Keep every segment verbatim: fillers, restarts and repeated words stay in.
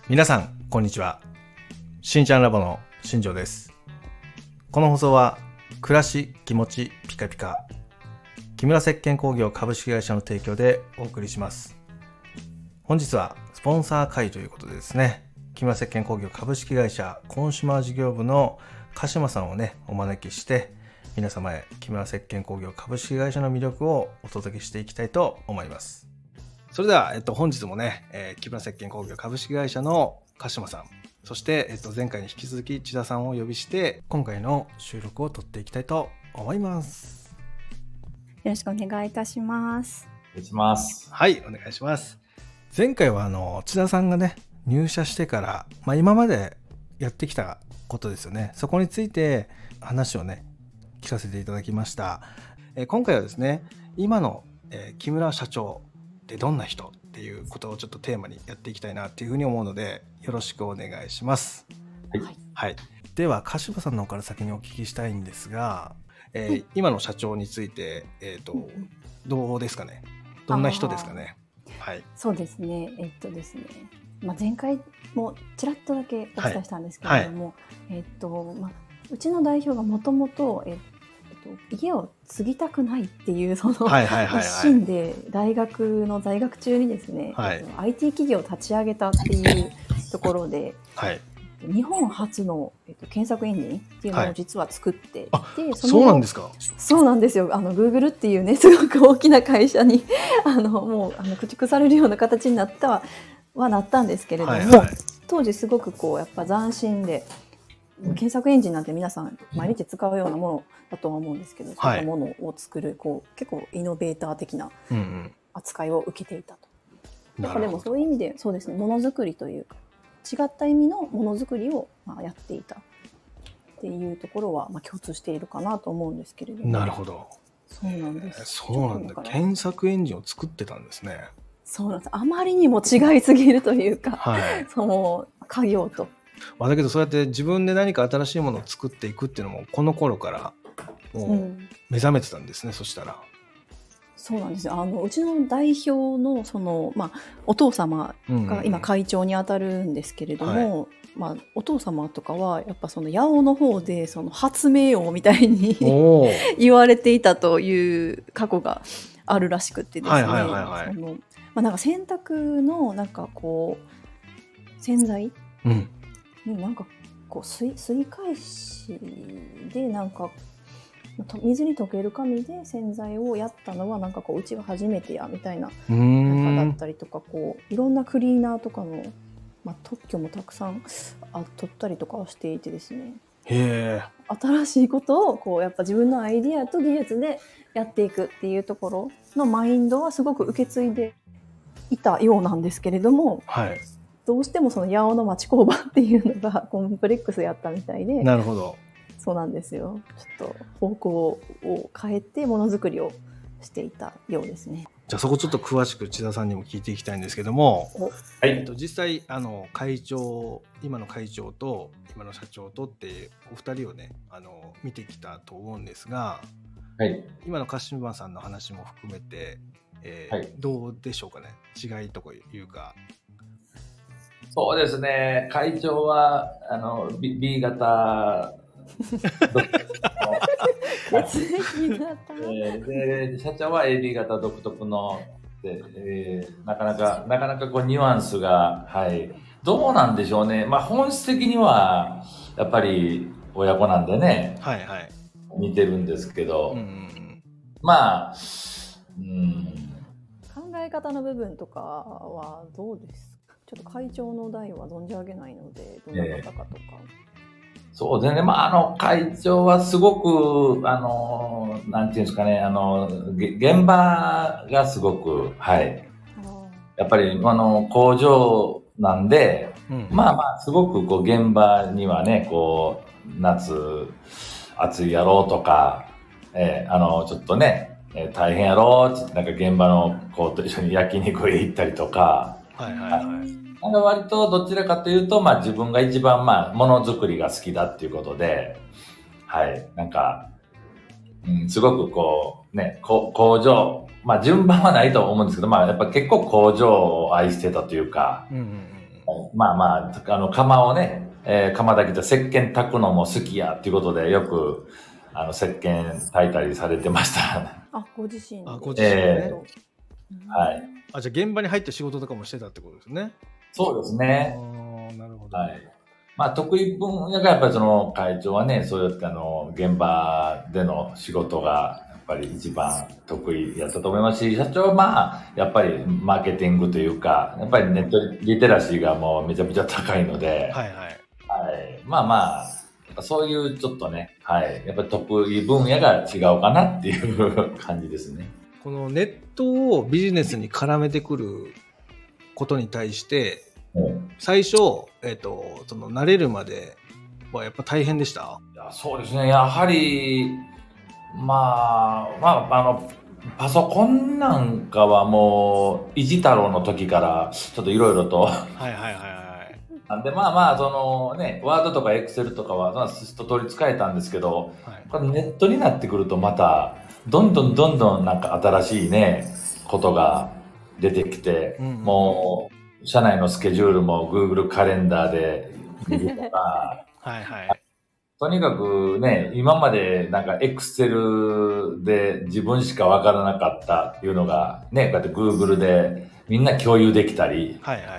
皆さんこんにちは。しんちゃんラボの新庄です。この放送は暮らし気持ちピカピカ木村石鹸工業株式会社の提供でお送りします。本日はスポンサー会ということでですね、木村石鹸工業株式会社コンシュマー事業部の鹿島さんをねお招きして、皆様へ木村石鹸工業株式会社の魅力をお届けしていきたいと思います。それでは、えっと、本日もね、えー、木村石鹸工業株式会社の鹿島さん、そして、えっと、前回に引き続き千田さんをお呼びして今回の収録を取っていきたいと思います。 よろしくお願いいたします。 お願いします。 はい、お願いします。前回はあの千田さんがね入社してから、まあ、今までやってきたことですよね。そこについて話をね聞かせていただきました。えー、今回はですね、今の、えー、木村社長ってどんな人っていうことをちょっとテーマにやっていきたいなっていうふうに思うので、よろしくお願いします。 はい、 はい、では鹿島さんの方から先にお聞きしたいんですが、えーはい、今の社長について、えーとうん、どうですかね。どんな人ですかね。はい、 そうですね。えっとですね、まあ、前回もちらっとだけお伝えしたんですけれども、はいはい、えっとまあ、うちの代表がもともと家を継ぎたくないっていうその一心で大学の在学中にですね、はい、アイティー 企業を立ち上げたっていうところで、はい、日本初の、えっと、検索エンジンっていうのを実は作っていて、はい、 そそうなんですか。 そうなんですよ。あの Google っていうねすごく大きな会社にあのもうあの駆逐されるような形になったは、はなったんですけれども、はいはい、当時すごくこうやっぱ斬新で、検索エンジンなんて皆さん毎日使うようなものだとは思うんですけど、はい、そういったものを作るこう結構イノベーター的な扱いを受けていたと。うんうん、だからでもそういう意味でそうですね、ものづくりというか違った意味のものづくりをまあやっていたっていうところはまあ共通しているかなと思うんですけれども。 なるほど。 そうなんです。 そうなんだ。検索エンジンを作ってたんですね。 そうなんです。あまりにも違いすぎるというか、はい、その家業と。 まあ、だけどそうやって自分で何か新しいものを作っていくっていうのもこの頃からもう目覚めてたんですね。うん、そしたらそうなんですよ。あのうちの代表のその、まあ、お父様が今会長にあたるんですけれども、うんうんはいまあ、お父様とかはやっぱその八尾の方でその発明王みたいに言われていたという過去があるらしくてですね、はいはいはいはい、そのまあ、なんか洗濯のなんかこう洗剤、うんなんかこう 水, 水返しでなんか水に溶ける紙で洗剤をやったのはなんかこううちが初めてやみたいななんかだったりとか、こういろんなクリーナーとかの、まあ、特許もたくさんあ取ったりとかをしていてですね、 へー新しいことをこうやっぱ自分のアイディアと技術でやっていくっていうところのマインドはすごく受け継いでいたようなんですけれども、はいどうしてもその八尾の町工場っていうのがコンプレックスやったみたいで。 なるほど。 そうなんですよ。ちょっと方向を変えてものづくりをしていたようですね。 じゃあそこちょっと詳しく千田さんにも聞いていきたいんですけども、はいえっと、実際あの会長今の会長と今の社長とってお二人をねあの見てきたと思うんですが、はい、今の鹿島さんの話も含めて、えーはい、どうでしょうかね。違いとかいうか。 そうですね。会長はあの B, B 型血液型、 えー、で社長は エービー 型独特ので、えー、なかなかなかなかこうニュアンスがはいどうなんでしょうね。まあ本質的にはやっぱり親子なんでね、はいはい、似てるんですけど、うんうん、まあ、うん、 考え方の部分とかはどうですか。ちょっと会長の代は存じ上げないので、どなたかとか。えー、 そうですね。まあ、あの、会長はすごく、あの、なんていうんですかね、あの、現場がすごく、はい。やっぱり、あの、工場なんで、うん、まあまあ、すごく、こう、現場にはね、こう、夏、暑いやろうとか、えー、あの、ちょっとね、えー、大変やろうって、なんか現場の子と一緒に焼肉へ行ったりとか、はいはいはい。なんか割とどちらかというと、まあ自分が一番まあものづくりが好きだっていうことで、はい、なんか、うん、すごくこうね、こ工場、まあ順番はないと思うんですけど、まあやっぱ結構工場を愛してたというか、うんうんうん、 まあまあ、あの、釜をね、えー、釜炊きと石鹸炊くのも好きやっていうことで、よく、あの、石鹸炊いたりされてました。 あ、ご自身で。 あ、ご自身で、ね。 えー、はい。 あ、じゃあ現場に入って仕事とかもしてたってことですね。 そうですね。 あ、なるほど。 はい。まあ、得意分野がやっぱりその会長はね、そうやってあの、現場での仕事が、やっぱり一番得意やったと思いますし、社長はまあ、やっぱりマーケティングというか、やっぱりネットリテラシーがもうめちゃめちゃ高いので、 はいはい。 はい。まあまあ、そういうちょっとね、はい。やっぱり得意分野が違うかなっていう感じですね。 このネットをビジネスに絡めてくることに対して、うん、最初、えっと、その慣れるまではやっぱ大変でした？ いや、そうですね。やはり、まあ、まあ、あの、パソコンなんかはもう、いじ太郎の時からちょっといろいろと。はいはいはいはい。 なんでまあまあ、そのね、ワードとかエクセルとかは一通り使えたんですけど、はい、これネットになってくるとまた、どんどんどんどんなんか新しいね、ことが出てきて、うんうん、もう、社内のスケジュールも Google カレンダーで見るとか、はいはい。とにかくね、今までなんか Excel で自分しかわからなかったっていうのがね、こうやって Google でみんな共有できたり、はいはいはい。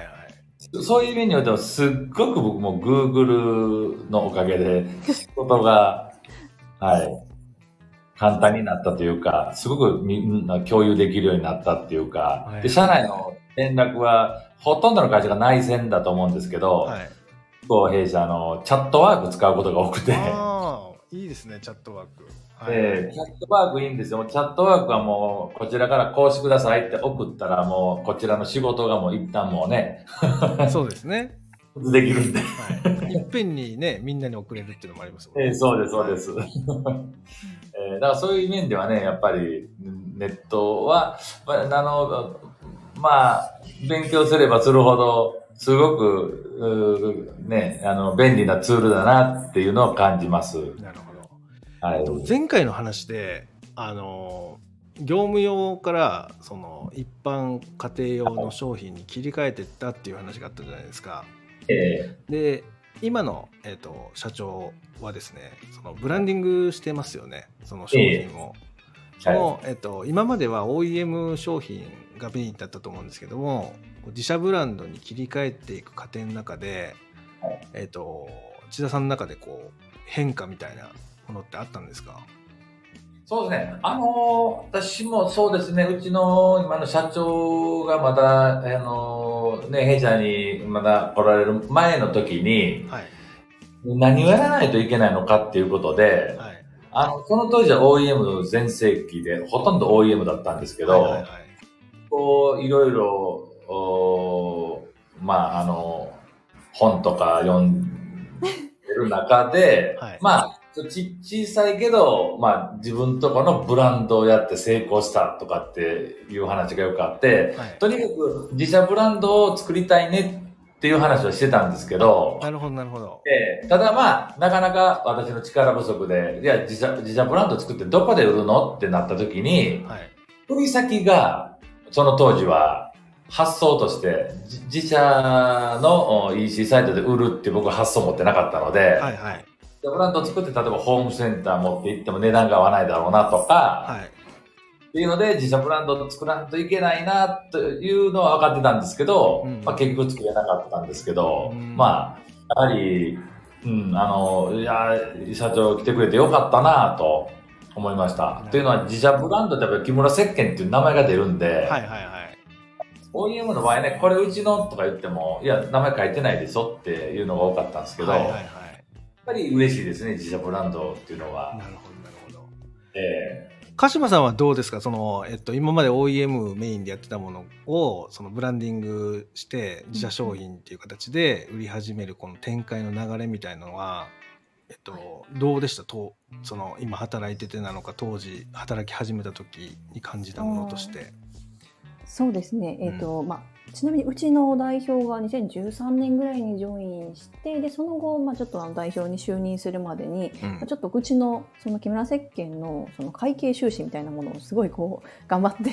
そういう意味においてはすっごく僕も Google のおかげで仕事が、はい、簡単になったというか、すごくみんな共有できるようになったっていうか、で、社内の連絡はほとんどの会社が内線だと思うんですけど、はい、弊社のチャットワーク使うことが多くて。 ああ、いいですね、チャットワーク。 はい、えー、チャットワークいいんですよ。チャットワークはもう、こちらからこうしてくださいって送ったら、もう、こちらの仕事がもう一旦もうね。 そうですね。 できるんで。 はい。いっぺんにね、みんなに送れるっていうのもありますもんね。 えー、そうです、そうです。えー、だからそういう面ではね、やっぱり、ネットは、まあ、あの、まあ、勉強すればするほど、すごく、ね、あの、便利なツールだなっていうのを感じます。 なるほど。 はい。 前回の話で、あの、業務用から、その、一般家庭用の商品に切り替えていったっていう話があったじゃないですか。えー、で、今の、えーと、社長はですね、そのブランディングしてますよね、その商品を。えー、その、えーと、今までは オーイーエム 商品がメインだったと思うんですけども、自社ブランドに切り替えていく過程の中で、はい、えっと、千田さんの中でこう変化みたいなものってあったんですか？ そうですね。あのー、私もそうですね、うちの今の社長がまだ、あのー、ね、弊社にまだ来られる前の時に、はい、何をやらないといけないのかっていうことで、はい、あの、その当時は オーイーエム 全盛期で、ほとんど オーイーエム だったんですけど、はいはいはい、こう、いろいろ、おまあ、あの、本とか読んでる中で、はい、まあ、ち小さいけど、まあ、自分とこのブランドをやって成功したとかっていう話がよくあって、はい、とにかく自社ブランドを作りたいねっていう話をしてたんですけど、 なるほど、なるほど。 えー、ただまあ、なかなか私の力不足で、いや、自社、自社ブランド作ってどこで売るのってなった時に、はい、売り先が、その当時は、発想として自社の イーシー サイトで売るって僕は発想持ってなかったので、はいはい、ブランドを作って例えばホームセンター持って行っても値段が合わないだろうなとか、はい、っていうので自社ブランドを作らないといけないなというのは分かってたんですけど、うん、まあ、結局作れなかったんですけど、うん、まあやはり、うん、あのいや社長来てくれてよかったなと思いました。というのは自社ブランドってやっぱり木村石鹸っていう名前が出るんで、はいはいはい、オーイーエム の場合ね、これうちのとか言っても、いや、名前書いてないでしょっていうのが多かったんですけど、はいはいはい、やっぱり嬉しいですね、自社ブランドっていうのは。 なるほど、なるほど。 えー、鹿島さんはどうですか？その、えっと、今まで オーイーエム メインでやってたものを、そのブランディングして、自社商品っていう形で売り始めるこの展開の流れみたいなのは、えっと、どうでした？と、その、今働いててなのか、当時働き始めた時に感じたものとして。 そうですね、えーとうんまあ、ちなみにうちの代表がにせんじゅうさんねんぐらいにジョインして、でその後、まあ、ちょっとあの代表に就任するまでに、うんまあ、ちょっとうちのその木村石鹸のその会計収支みたいなものをすごいこう頑張って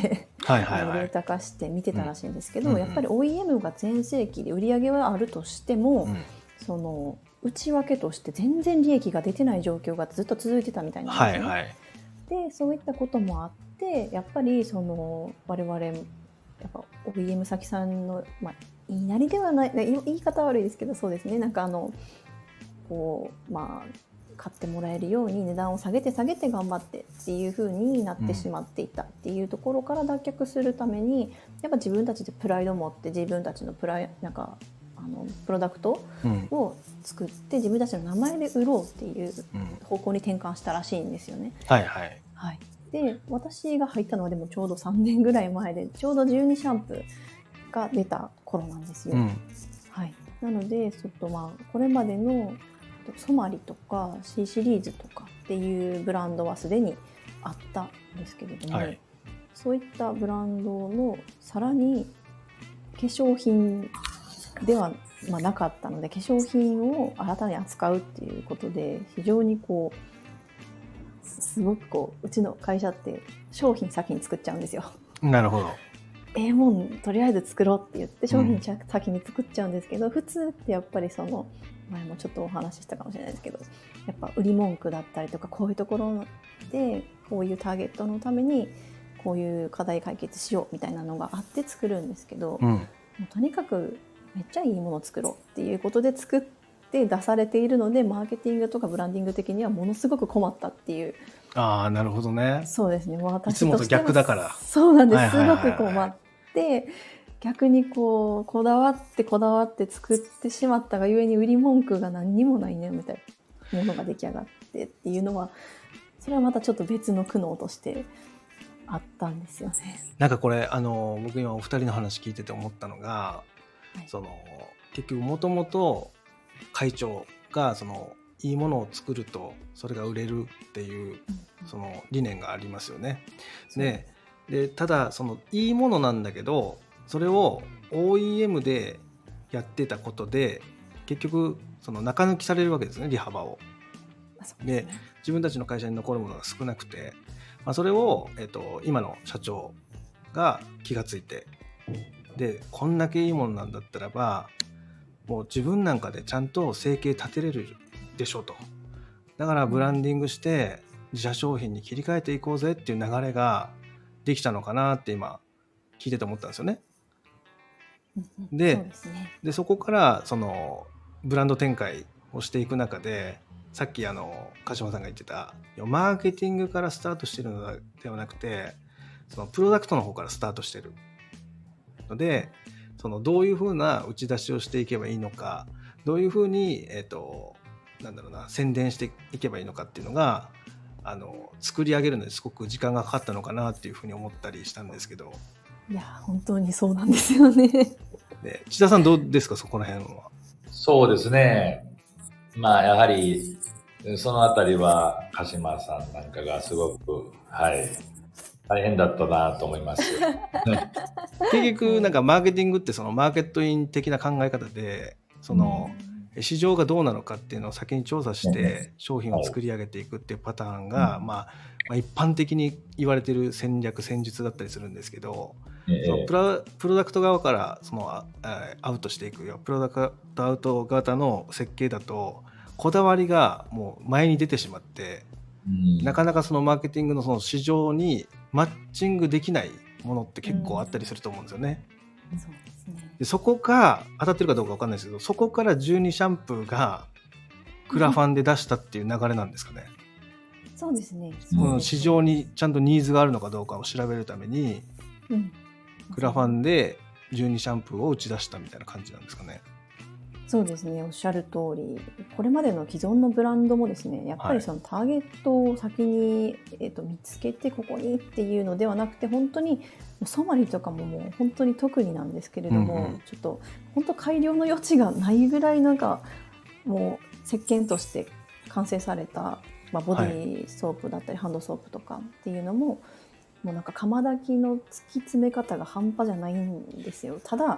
はいはいはい、 データ化して見てたらしいんですけど、うん、やっぱり オーイーエム が全盛期で売り上げはあるとしても、うん、その内訳として全然利益が出てない状況がずっと続いてたみたいなんですね。はいはい、でそういったこともあってやっぱりその我々やっぱ オーイーエム 先さんの、まあ、言いなりではない、言い方悪いですけど、そうですね、なんかあのこうまあ買ってもらえるように値段を下げて下げて頑張ってっていう風になってしまっていたっていうところから脱却するために、やっぱ自分たちでプライドを持って自分たちのプライなんかあのプロダクトを作って自分たちの名前で売ろうっていう方向に転換したらしいんですよね。 うん、はいはい、 はい、で私が入ったのはでもちょうどさんねんぐらい前で、ちょうどじゅうにシャンプーが出た頃なんですよ。うん、はい、なのでちょっとまあこれまでのソマリとか C シリーズとかっていうブランドはすでにあったんですけれども、はい、そういったブランドのさらに化粧品では、まあ、なかったので、化粧品を新たに扱うっていうことで非常にこうすごくこううちの会社って商品先に作っちゃうんですよ。 なるほど。 ええもんとりあえず作ろうって言って商品先に作っちゃうんですけど、うん、普通ってやっぱりその前もちょっとお話ししたかもしれないですけど、やっぱ売り文句だったりとか、こういうところでこういうターゲットのためにこういう課題解決しようみたいなのがあって作るんですけど、うん、もうとにかくめっちゃいいものを作ろうっていうことで作って出されているので、マーケティングとかブランディング的にはものすごく困ったっていう。 ああ、なるほどね。 そうですね。私いつもと逆だから。 そうなんです。すごく困って、逆にこうこだわってこだわって作ってしまったがゆえに売り文句が何にもないねみたいなものが出来上がってっていうのは、それはまたちょっと別の苦悩としてあったんですよね。 なんかこれあの僕今お二人の話聞いてて思ったのが、はい、その結局もともと会長がそのいいものを作るとそれが売れるっていうその理念がありますよね。うん、で, でただそのいいものなんだけど、それを オーイーエム でやってたことで結局その中抜きされるわけですね、利幅を。で、ね、自分たちの会社に残るものが少なくて、まあ、それを、えーと、今の社長が気がついて、でこんだけいいものなんだったらばもう自分なんかでちゃんと生計立てれるでしょと。だからブランディングして自社商品に切り替えていこうぜっていう流れができたのかなって今聞いてて思ったんですよね。で、 そうですね。でそこからそのブランド展開をしていく中で、さっきあの鹿島さんが言ってたマーケティングからスタートしてるのではなくて、そのプロダクトの方からスタートしてるので、そのどういうふうな打ち出しをしていけばいいのか、どういうふうに、えーと、なんだろうな宣伝していけばいいのかっていうのがあの作り上げるのにすごく時間がかかったのかなっていうふうに思ったりしたんですけど。 いや本当にそうなんですよね。 で千田さんどうですか、そこら辺は。 そうですね、まあやはりそのあたりは鹿島さんなんかがすごくはい大変だったなと思います。 結局なんかマーケティングってそのマーケットイン的な考え方で、その市場がどうなのかっていうのを先に調査して商品を作り上げていくっていうパターンが、まあ、まあ一般的に言われている戦略戦術だったりするんですけど、そのプラ、プロダクト側からそのアウトしていくよプロダクトアウト型の設計だとこだわりがもう前に出てしまって、うん、なかなかそのマーケティングのその市場にマッチングできないものって結構あったりすると思うんですよね。 うん、そうですね。 でそこが当たってるかどうか分かんないですけど、そこからじゅうにシャンプーがクラファンで出したっていう流れなんですかね。 そうですね。 この市場にちゃんとニーズがあるのかどうかを調べるために、うん、クラファンでじゅうにシャンプーを打ち出したみたいな感じなんですかね。 そうですね、おっしゃる通り、これまでの既存のブランドもですね、やっぱりそのターゲットを先に、えーと見つけてここにっていうのではなくて、本当にソマリとかももう本当に特になんですけれども、うんうん、ちょっと本当改良の余地がないぐらいなんかもう石鹸として完成された、まあ、ボディーソープだったり、はい、ハンドソープとかっていうのももうなんか釜炊きの突き詰め方が半端じゃないんですよ。ただ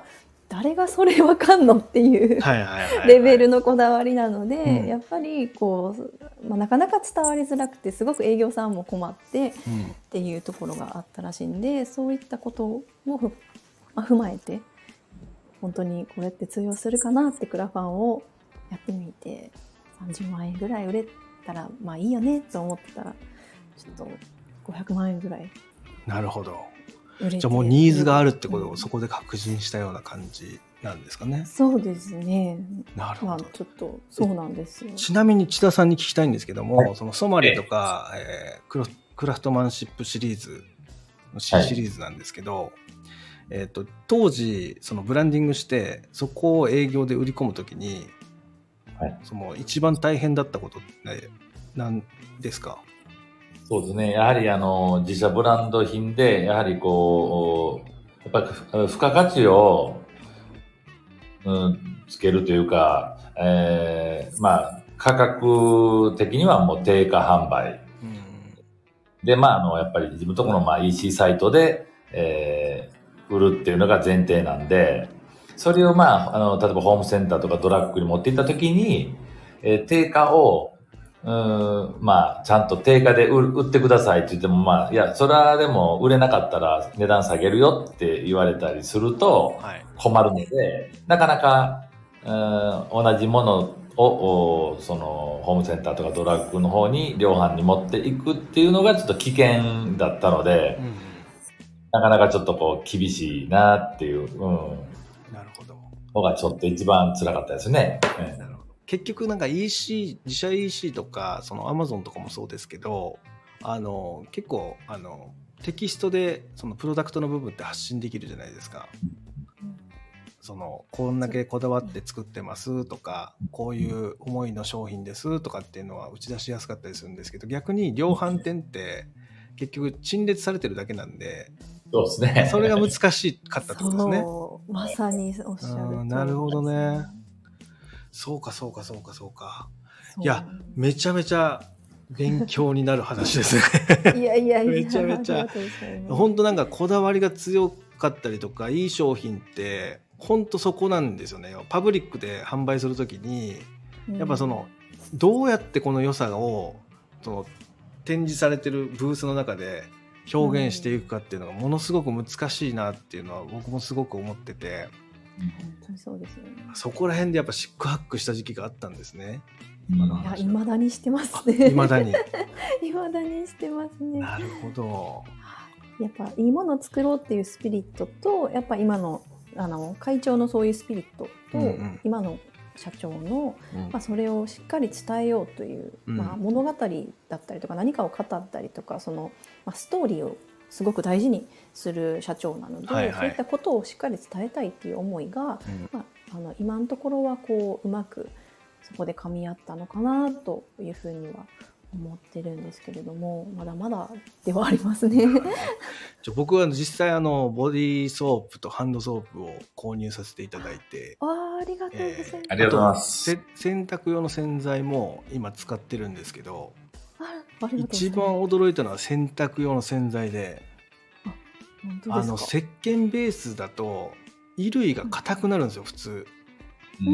誰がそれわかんのっていうレベルのこだわりなので、うん、やっぱりこう、まあ、なかなか伝わりづらくてすごく営業さんも困ってっていうところがあったらしいんで、そういったことをふ、まあ、踏まえて本当にこれって通用するかなってクラファンをやってみてさんじゅうまんえんぐらい売れたらまあいいよねと思ってたらちょっとごひゃくまんえんぐらい。 なるほど。じゃあもうニーズがあるってことをそこで確認したような感じなんですかね。 そうですね。 なるほど。まあ、 ちょっとそうなんですよ。 ちなみに千田さんに聞きたいんですけども、はい、そのソマリとか、えー、ク, ロクラフトマンシップシリーズの C シリーズなんですけど、はい、えー、と当時そのブランディングしてそこを営業で売り込むときに、はい、その一番大変だったことって何ですか？ そうですね。やはりあの自社ブランド品でやはりこうやっぱり付加価値を、うん、つけるというか、えー、まあ価格的にはもう定価販売、うん、でまああのやっぱり自分のところのまあ イーシー サイトで、えー、売るっていうのが前提なんで、それをまああの例えばホームセンターとかドラッグに持っていったときに、えー、定価をうーんまあ、ちゃんと定価で売ってくださいって言っても、まあ、いや、それはでも売れなかったら値段下げるよって言われたりすると困るので、はい、なかなか、うーん同じものを、その、ホームセンターとかドラッグの方に量販に持っていくっていうのがちょっと危険だったので、うん、なかなかちょっとこう、厳しいなっていう、うん。 なるほど。 のがちょっと一番辛かったですね。うん、 結局なんか イーシー 自社 イーシー とかその Amazon とかもそうですけど、あの結構あのテキストでそのプロダクトの部分って発信できるじゃないですか。そのこんだけこだわって作ってますとか、こういう思いの商品ですとかっていうのは打ち出しやすかったりするんですけど、逆に量販店って結局陳列されてるだけなんで、 そうですね。 それが難しかったってことですね。 そうまさにおっしゃるとおり。 なるほどね。そうかそうかそうかそうか。いや、めちゃめちゃ勉強になる話ですね。 いやいやいや。 めちゃめちゃ。本当なんかこだわりが強かったりとか、いい商品って本当そこなんですよね。パブリックで販売するときに、やっぱその、うん、どうやってこの良さをその展示されてるブースの中で表現していくかっていうのがものすごく難しいなっていうのは僕もすごく思ってて。 本当にそうですよね。 そこら辺でやっぱシックハックした時期があったんですね。 今の話。いや、未だにしてますね。 未だに。 未だにしてますね。 なるほど。 やっぱいいものを作ろうっていうスピリットと、やっぱ今のあの会長のそういうスピリットと、うんうん、今の社長の、うんまあ、それをしっかり伝えようという、うんまあ、物語だったりとか何かを語ったりとか、その、まあ、ストーリーをすごく大事にする社長なので、はいはい、そういったことをしっかり伝えたいっていう思いが、うんまあ、あの今のところはこううまくそこで噛み合ったのかなというふうには思ってるんですけれども、まだまだではありますね。 じゃ僕は実際あのボディーソープとハンドソープを購入させていただいて、 あ, ありがとうございます、えー、 ありがとうございます。 洗濯用の洗剤も今使ってるんですけど、一番驚いたのは洗濯用の洗剤で、 あ、本当ですか？ あの石鹸ベースだと衣類が硬くなるんですよ、普通。 うん、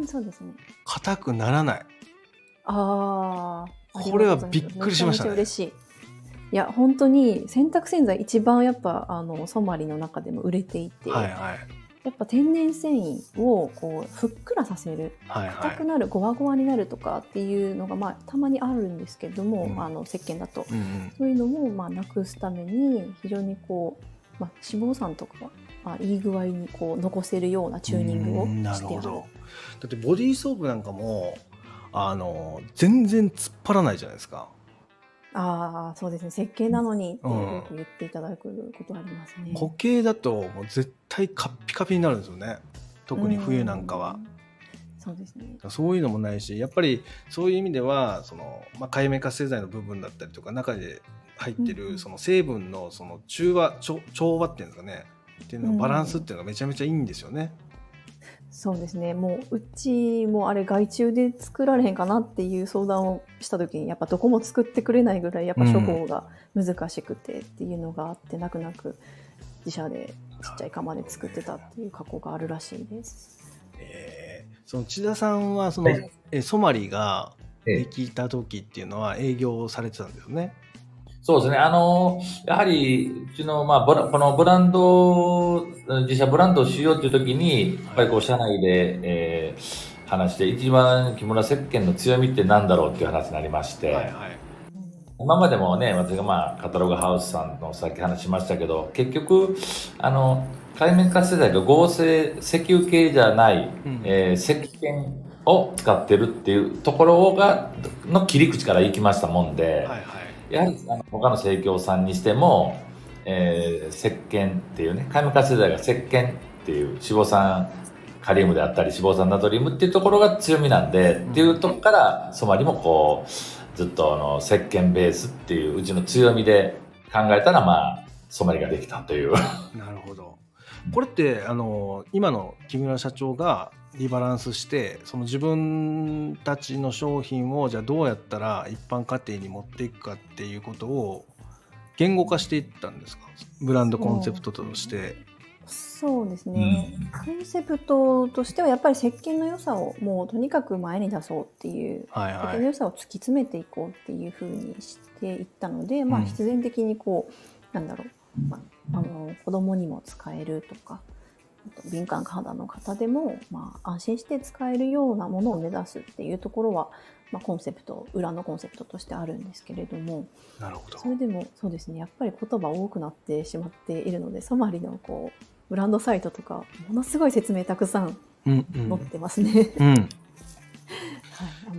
そうですね。 硬くならない。 ああ、 これはびっくりしましたね。 めちゃめちゃ嬉しい。いや本当に洗濯洗剤一番やっぱあのソマリの中でも売れていて、はいはい、やっぱ天然繊維をこうふっくらさせる、はいはい、硬くなる、ゴワゴワになるとかっていうのが、まあ、たまにあるんですけども、うん、あの石鹸だと、うんうん、そういうのもまあなくすために非常にこう、まあ、脂肪酸とかは、まあ、いい具合にこう残せるようなチューニングをしてある。なるほど。 だってボディーソープなんかもあの全然突っ張らないじゃないですか。 ああ、そうですね。石鹸なのにってよく言っていただくことありますね。 固形だともう絶対カッピカピになるんですよね。特に冬なんかは。 そうですね。 そういうのもないし、やっぱりそういう意味ではその、まあ、界面活性剤の部分だったりとか中で入ってるその成分のその中和、調和っていうんですかね、っていうのバランスっていうのがめちゃめちゃいいんですよね。 そうですね。もううちもあれ外注で作られへんかなっていう相談をした時に、やっぱどこも作ってくれないぐらいやっぱ処方が難しくてっていうのがあって、うん、泣く泣く自社でちっちゃい窯で作ってたっていう過去があるらしいです。 えー、その千田さんはその、えソマリができた時っていうのは営業されてたんですよね。 そうですね。あの、やはり、うちの、まあ、このブランド、自社ブランドをしようという時に、やっぱりこう、社内で、えー、話して、一番木村石鹸の強みって何だろうっていう話になりまして、はいはい、今までもね、私がまあ、カタログハウスさんのさっき話しましたけど、結局、あの、海面活性剤が合成石油系じゃない、うん、えー、石鹸を使ってるっていうところが、の切り口から行きましたもんで、はいはい、やはりあの他の生協さんにしても、えー、石鹸っていうね、海面活性剤が石鹸っていう脂肪酸カリウムであったり脂肪酸ナトリウムっていうところが強みなんで、うん、っていうところからソマリもこうずっとあの石鹸ベースっていううちの強みで考えたらまあソマリができたという。 なるほど。これってあの今の木村社長がリバランスしてその自分たちの商品をじゃあどうやったら一般家庭に持っていくかっていうことを言語化していったんですか？ブランドコンセプトとして。 そうですね、うん、コンセプトとしてはやっぱり石鹸の良さをもうとにかく前に出そうっていう、はいはい、石鹸の良さを突き詰めていこうっていう風にしていったので、まあ、必然的にこう、うん、なんだろう、まあ、あの子供にも使えるとかあと敏感肌の方でも、まあ、安心して使えるようなものを目指すっていうところは、まあ、コンセプト裏のコンセプトとしてあるんですけれども、 なるほど。 それでもそうですね、やっぱり言葉多くなってしまっているのでソマリのこうブランドサイトとかものすごい説明たくさん載ってますね。 うんうんうんはい、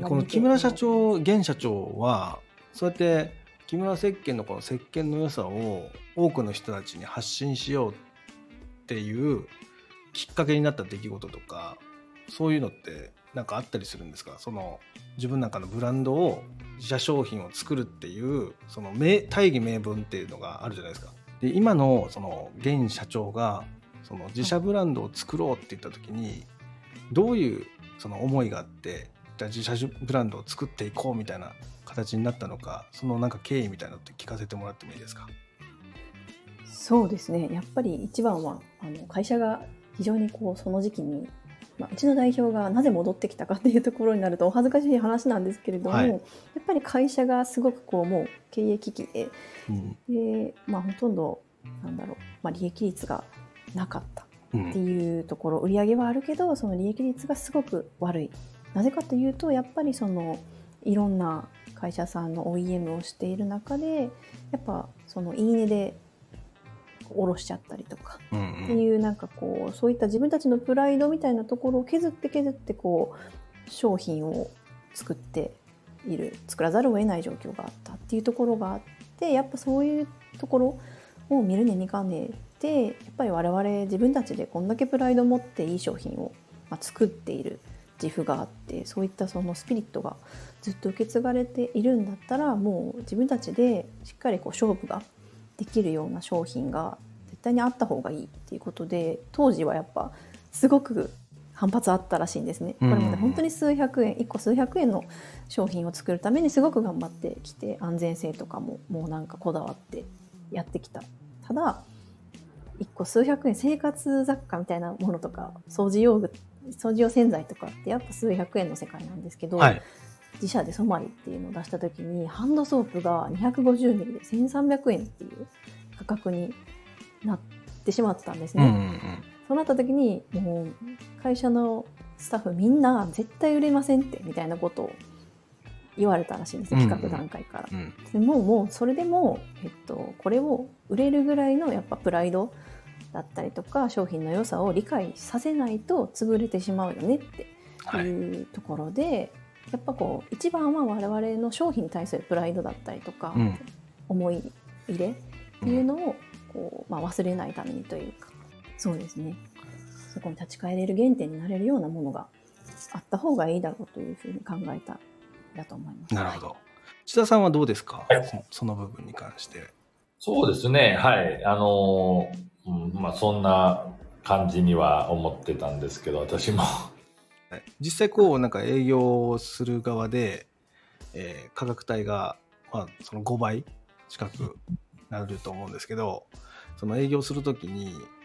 この木村社長現社長はそうやって木村石鹸のこの石鹸の良さを多くの人たちに発信しようっていうきっかけになった出来事とかそういうのってなんかあったりするんですか？その自分なんかのブランドを自社商品を作るっていうその大義名分っていうのがあるじゃないですか。で今のその現社長がその自社ブランドを作ろうって言った時にどういうその思いがあってじゃあ自社ブランドを作っていこうみたいな形になったのか、そのなんか経緯みたいなのって聞かせてもらってもいいですか？ そうですね、やっぱり一番はあの会社が非常にこうその時期に、まあ、うちの代表がなぜ戻ってきたかっていうところになるとお恥ずかしい話なんですけれども、はい、やっぱり会社がすごくこうもう経営危機で、うん、で、まあ、ほとんどなんだろう、まあ、利益率がなかったっていうところ、うん、売り上げはあるけどその利益率がすごく悪い。なぜかというとやっぱりそのいろんな会社さんの オーイーエム をしている中でやっぱそのいいねで下ろしちゃったりとかっていう、なんかこうそういった自分たちのプライドみたいなところを削って削ってこう商品を作っている作らざるを得ない状況があったっていうところがあって、やっぱそういうところを見るに見かねてやっぱり我々自分たちでこんだけプライドを持っていい商品を作っている自負があって、そういったそのスピリットがずっと受け継がれているんだったらもう自分たちでしっかりこう勝負ができるような商品が絶対にあった方がいいっていうことで、当時はやっぱすごく反発あったらしいんですね。これまで本当に数百円いっこ数百円の商品を作るためにすごく頑張ってきて、安全性とかももうなんかこだわってやってきた。ただいっこ数百円生活雑貨みたいなものとか掃除用具掃除用洗剤とかってやっぱ数百円の世界なんですけど、はい、自社でソマリっていうのを出した時にハンドソープがにひゃくごじゅうミリでせんさんびゃくえんっていう価格になってしまったんですね、うんうんうん、そうなった時にもう会社のスタッフみんな絶対売れませんってみたいなことを言われたらしいんですよ、企画段階から、うんうん、でもうもうそれでも、えっと、これを売れるぐらいのやっぱプライドだったりとか商品の良さを理解させないと潰れてしまうよねっていうところで、はい、やっぱこう一番は我々の商品に対するプライドだったりとか、うん、思い入れっていうのをこう、まあ、忘れないためにというか、そうですね、そこに立ち返れる原点になれるようなものがあった方がいいだろうというふうに考えただと思います。 なるほど。千田さんはどうですか、はい、そ, その部分に関して。 そうですね、はいあのーうんまあ、そんな感じには思ってたんですけど、私も実際こうなんか営業する側で、えー、価格帯が、まあ、そのごばい近くなると思うんですけど、その営業するときに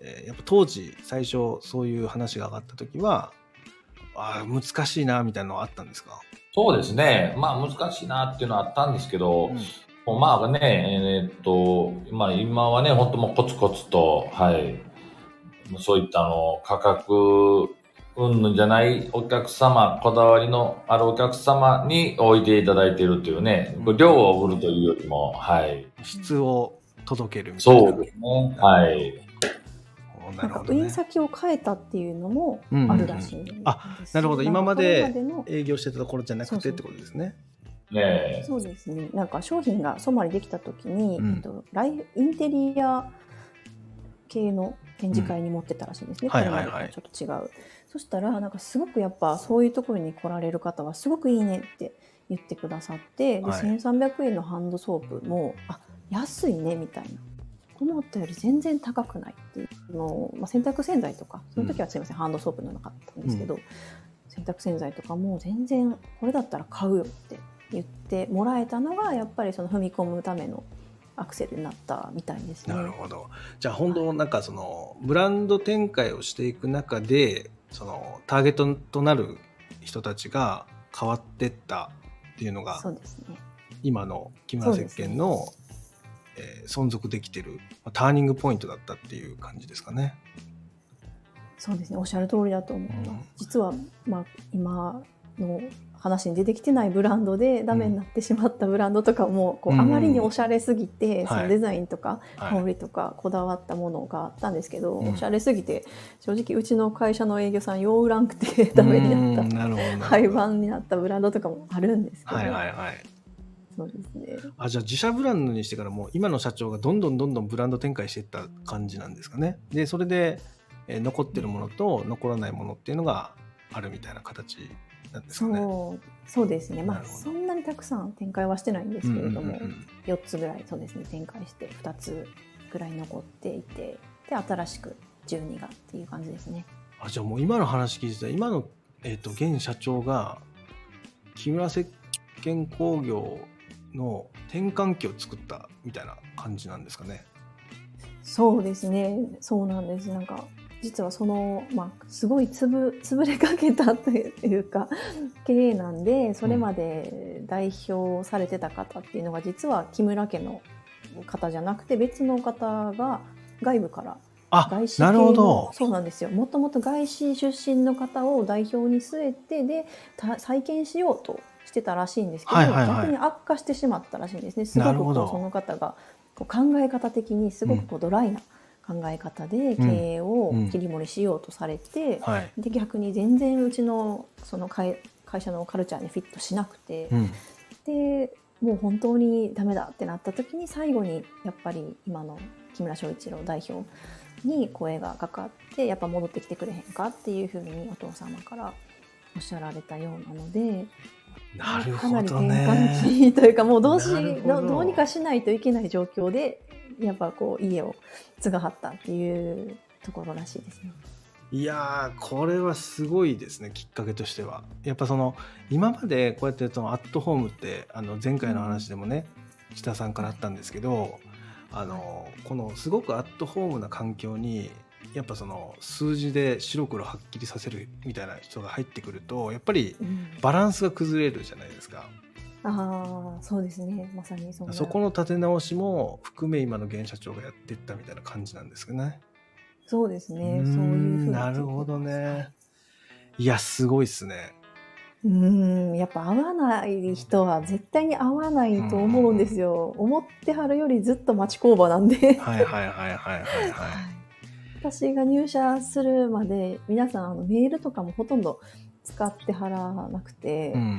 えー、やっぱ当時最初そういう話が上がった時はあ難しいなみたいなのはあったんですか？ そうですね。まあ難しいなっていうのはあったんですけど、うん、まあね、えー、っと、まあ今はね、本当もうコツコツと、はい、そういったあの価格うんぬんじゃないお客様、こだわりのあるお客様に置いていただいているというね、うん、量を売るというよりも、はい。 質を届けるみたいな。 そうですね。はい。 なんか売り先を変えたっていうのもあるらしいんです、うんうん、 あ、なるほど。今まで営業してたところじゃなくてってことですね。 ね、 そうですね。なんか商品がソマリできた時に、うん、えっと、ライインテリア系の展示会に持ってたらしいんですね。これまでとはちょっと違う。そしたらなんかすごくやっぱそういうところに来られる方はすごくいいねって言ってくださって、で、はい、せんさんびゃくえんのハンドソープもあ安いねみたいな。思ったより全然高くないっていうのを、まあ、洗濯洗剤とかその時はすいません、うん、ハンドソープのなかったんですけど、うん、洗濯洗剤とかも全然これだったら買うよって言ってもらえたのがやっぱりその踏み込むためのアクセルになったみたいですね。 なるほど。じゃあ本当なんかそのブランド展開をしていく中でそのターゲットとなる人たちが変わっていったっていうのがそうですね。 今の木村石鹸のえー、存続できてるターニングポイントだったっていう感じですかね。 そうですね、おっしゃる通りだと思います、うん、実は、まあ、今の話に出てきてないブランドでダメになってしまったブランドとかもこう、うん、あまりにおしゃれすぎて、うん、そのデザインとか香りとかこだわったものがあったんですけど、はい、おしゃれすぎて正直うちの会社の営業さんよう売らんくてダメになった廃盤になったブランドとかもあるんですけど、 はいはいはい、 そうですね。 あ、じゃあ自社ブランドにしてからもう今の社長がどんどんどんどんブランド展開していった感じなんですかね。でそれで、えー、残ってるものと残らないものっていうのがあるみたいな形なんですかね。 そう、そうですね。まあそんなにたくさん展開はしてないんですけれども、うんうんうん、よっつぐらいそうですね展開してふたつぐらい残っていて、で新しくじゅうにがっていう感じですね。 あ、じゃあもう今の話聞いてた今の、えーと、現社長が木村石鹸工業の転換期を作ったみたいな感じなんですかね。 そうですね、そうなんです。なんか実はその、まあ、すごいつぶ潰れかけたというか経営なんで、それまで代表されてた方っていうのが実は木村家の方じゃなくて別の方が外部から外資系の、なるほど、そうなんですよ。もともと外資出身の方を代表に据えてで再建しようとしてたらしいんですけど、はいはいはい、逆に悪化してしまったらしいんですね。すごくこうその方がこう考え方的にすごくこうドライな考え方で経営を切り盛りしようとされて、うんうん、はい、で逆に全然うちのその 会, 会社のカルチャーにフィットしなくて、うん、でもう本当にダメだってなった時に最後にやっぱり今の木村翔一郎代表に声がかかってやっぱ戻ってきてくれへんかっていうふうにお父様からおっしゃられたようなので、 なるほどね、 かなり転換期というかもうどうしどどうにかしないといけない状況でやっぱこう家を継がはったっていうところらしいですね。 いやーこれはすごいですね。きっかけとしてはやっぱその今までこうやってそのアットホームってあの前回の話でもね、うん、千田さんからあったんですけど、あのこのすごくアットホームな環境にやっぱその数字で白黒はっきりさせるみたいな人が入ってくるとやっぱりバランスが崩れるじゃないですか、 うん、ああそうですね、まさにそんなそこの立て直しも含め今の現社長がやっていったみたいな感じなんですかね。 そうですね、そういうふうになるほどね。いやすごいっすね。 うーんやっぱ合わない人は絶対に合わないと思うんですよ。思ってはるよりずっと町工場なんではいはいはいはいはいはい私が入社するまで皆さんあのメールとかもほとんど使ってはらなくて、うんうんうん、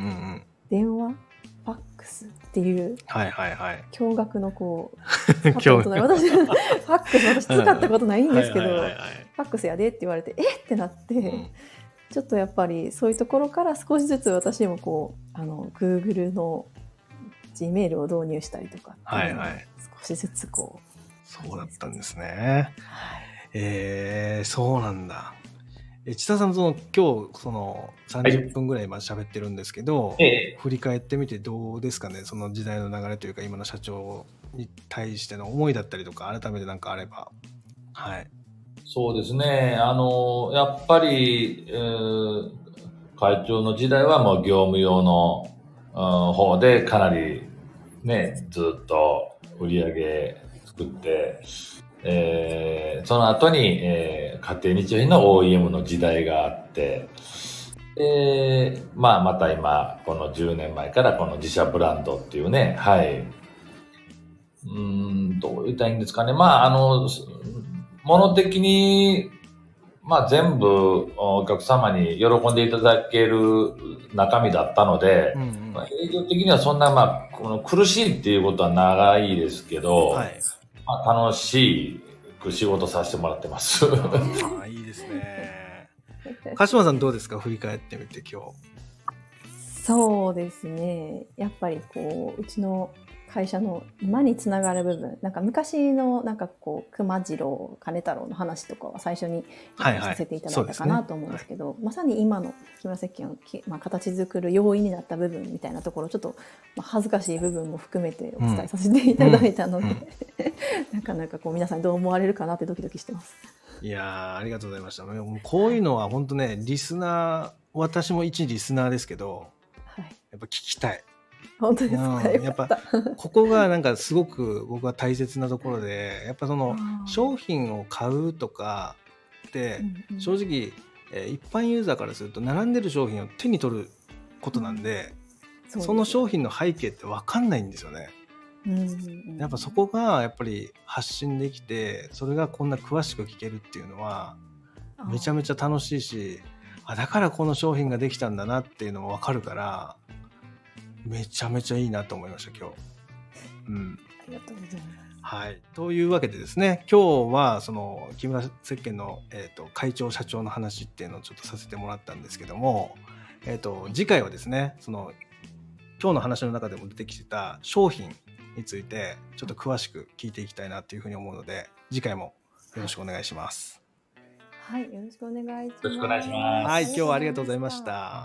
電話ファックスっていう驚愕のこう使ったことない私ファックス私使ったことないんですけど、ファックスやでって言われてえってなって、うん、ちょっとやっぱりそういうところから少しずつ私もこうあの Google の Gmail を導入したりとか、はいはい、少しずつこうそうだったんですね、はい、えー、そうなんだ。え千田さんその今日そのさんじゅっぷんぐらい今喋ってるんですけど、はい、振り返ってみてどうですかね。その時代の流れというか今の社長に対しての思いだったりとか改めて何かあれば。はい。 そうですね。あの、やっぱり、えー、会長の時代はもう業務用の、うん、方でかなりね、ずっと売り上げ作って、えー、その後に、えー、家庭日用品の オーイーエム の時代があって、で、まあまた今、このじゅうねんまえからこの自社ブランドっていうね、はい。うーん、どう言ったらいいんですかね。まあ、あの、物的に、まあ全部お客様に喜んでいただける中身だったので、うんうん、まあ、営業的にはそんな、まあ、この苦しいっていうことは長いですけど、はい、まあ、楽しく仕事させてもらってます。 ああ、いいですね。鹿島さんどうですか、振り返ってみて今日。 そうですね。やっぱりこう、うちの会社の今につながる部分、なんか昔のなんかこう熊次郎金太郎の話とかは最初にさせていただいたかなと思うんですけど、はいはいねはい、まさに今の木村石鹸を、まあ、形作る要因になった部分みたいなところ、ちょっと、まあ、恥ずかしい部分も含めてお伝えさせていただいたので、うんうん、なかなかこう皆さんどう思われるかなってドキドキしてます。 いやー、ありがとうございました。もうこういうのは本当ね、リスナー、私も一リスナーですけど、はい、やっぱ聞きたい。 本当ですか、うん、 やっぱここがなんかすごく僕は大切なところで、やっぱその商品を買うとかって正直、えー、一般ユーザーからすると並んでる商品を手に取ることなんで、うん、その商品の背景って分かんないんですよね。うん、やっぱそこがやっぱり発信できて、それがこんな詳しく聞けるっていうのはめちゃめちゃ楽しいし、あ、だからこの商品ができたんだなっていうのも分かるから、めちゃめちゃいいなと思いました今日。うん。 ありがとうございます。 はい。というわけでですね、今日はその木村石鹸の、えーと、会長社長の話っていうのをちょっとさせてもらったんですけども、えーと、次回はですね、その今日の話の中でも出てきてた商品についてちょっと詳しく聞いていきたいなというふうに思うので、次回もよろしくお願いします。 はい、よろしくお願いします。 よろしくお願いします。 はい、今日はありがとうございました。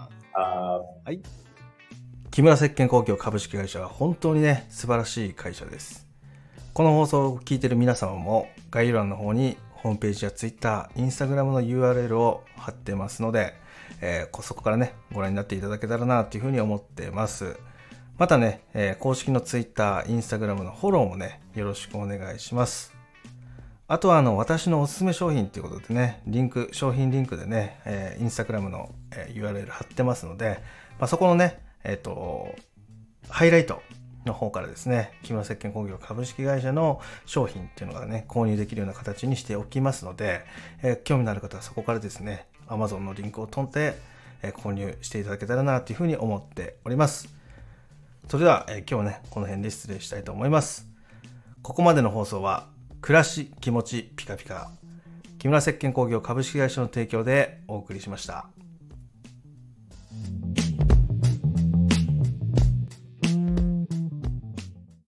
あはい。木村石鹸工業株式会社は本当にね、素晴らしい会社です。この放送を聞いている皆様も概要欄の方にホームページや Twitter、Instagram の ユーアールエル を貼ってますので、えー、そこからね、ご覧になっていただけたらなというふうに思ってます。またね、えー、公式の Twitter、Instagram のフォローもね、よろしくお願いします。あとはあの私のおすすめ商品ということでね、リンク、商品リンクでね、えー、Instagram の、えー、ユーアールエル 貼ってますので、まあ、そこのね、えっと、ハイライトの方からですね、木村石鹸工業株式会社の商品っていうのがね、購入できるような形にしておきますので、えー、興味のある方はそこからですね、Amazon のリンクを飛んで、えー、購入していただけたらなというふうに思っております。それでは、えー、今日はね、この辺で失礼したいと思います。ここまでの放送は、暮らし気持ちピカピカ、木村石鹸工業株式会社の提供でお送りしました。